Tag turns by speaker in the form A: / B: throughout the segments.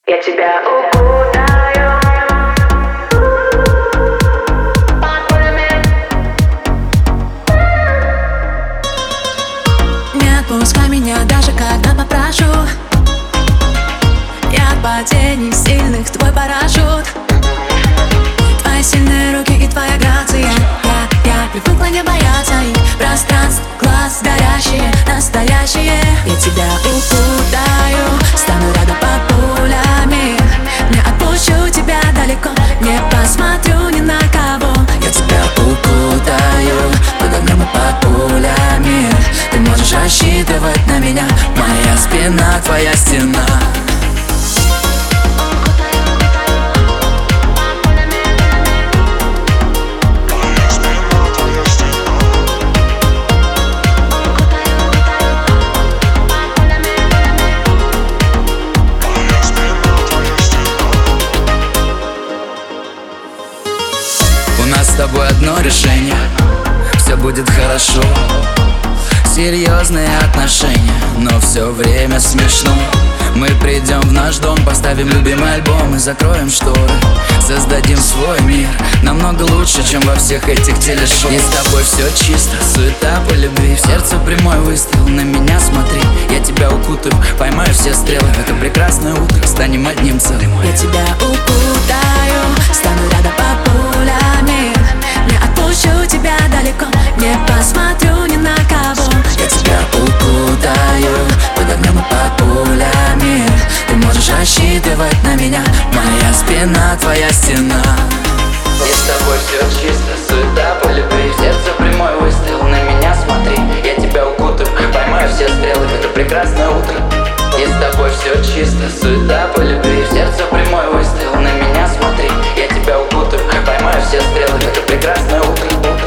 A: Я тебя укутаю под пулями.
B: Не отпускай меня, даже когда попрошу. Я от падений сильных твой парашют. Твои сильные руки и твоя грация. Я привыкла не бояться их. Пространство, глаз горящие, настоящие. Я тебя укутаю, стану рядом под пулями. Не отпущу тебя далеко, не посмотрю ни на кого. Я тебя укутаю под огнем и под пулями. Ты можешь рассчитывать на меня, моя спина, твоя стена.
C: У нас с тобой одно решение, все будет хорошо. Серьезные отношения, но все время смешно. Мы придем в наш дом, поставим любимый альбом и закроем шторы. Создадим свой мир, намного лучше, чем во всех этих телешоу. И с тобой все чисто, суета по любви. В сердце прямой выстрел, на меня смотри. Я тебя укутаю, поймаю все стрелы. В это прекрасное утро станем одним целым.
B: Я тебя укутаю, стану рядом под пулями. Не отпущу тебя далеко, не посмотрю ни на кого.
C: Я тебя укутаю под огнем и под пулями. Ты можешь рассчитывать на меня, моя спина, твоя стена. И с тобой все чисто, суета по любви. В сердце прямой выстрел, на меня смотри. Я тебя укутаю, поймаю все стрелы. Это прекрасное утро. И с тобой все чисто, суета по любви. В сердце прямой выстрел, на меня смотри. Я тебя укутаю, поймаю все стрелы. Это прекрасное утро.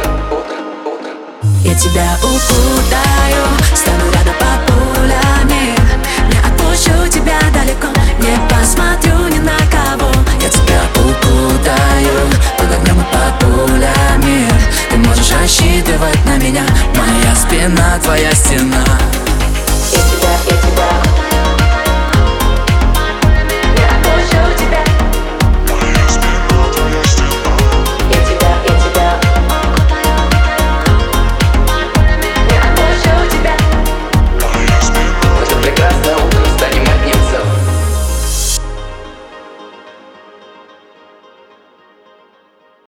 B: Я тебя укутаю, стану рядом под пулями. Не отпущу тебя далеко, не посмотрю ни на кого.
C: Я тебя укутаю под огнем и под пулями. Ты можешь рассчитывать на меня, моя спина, твоя стена.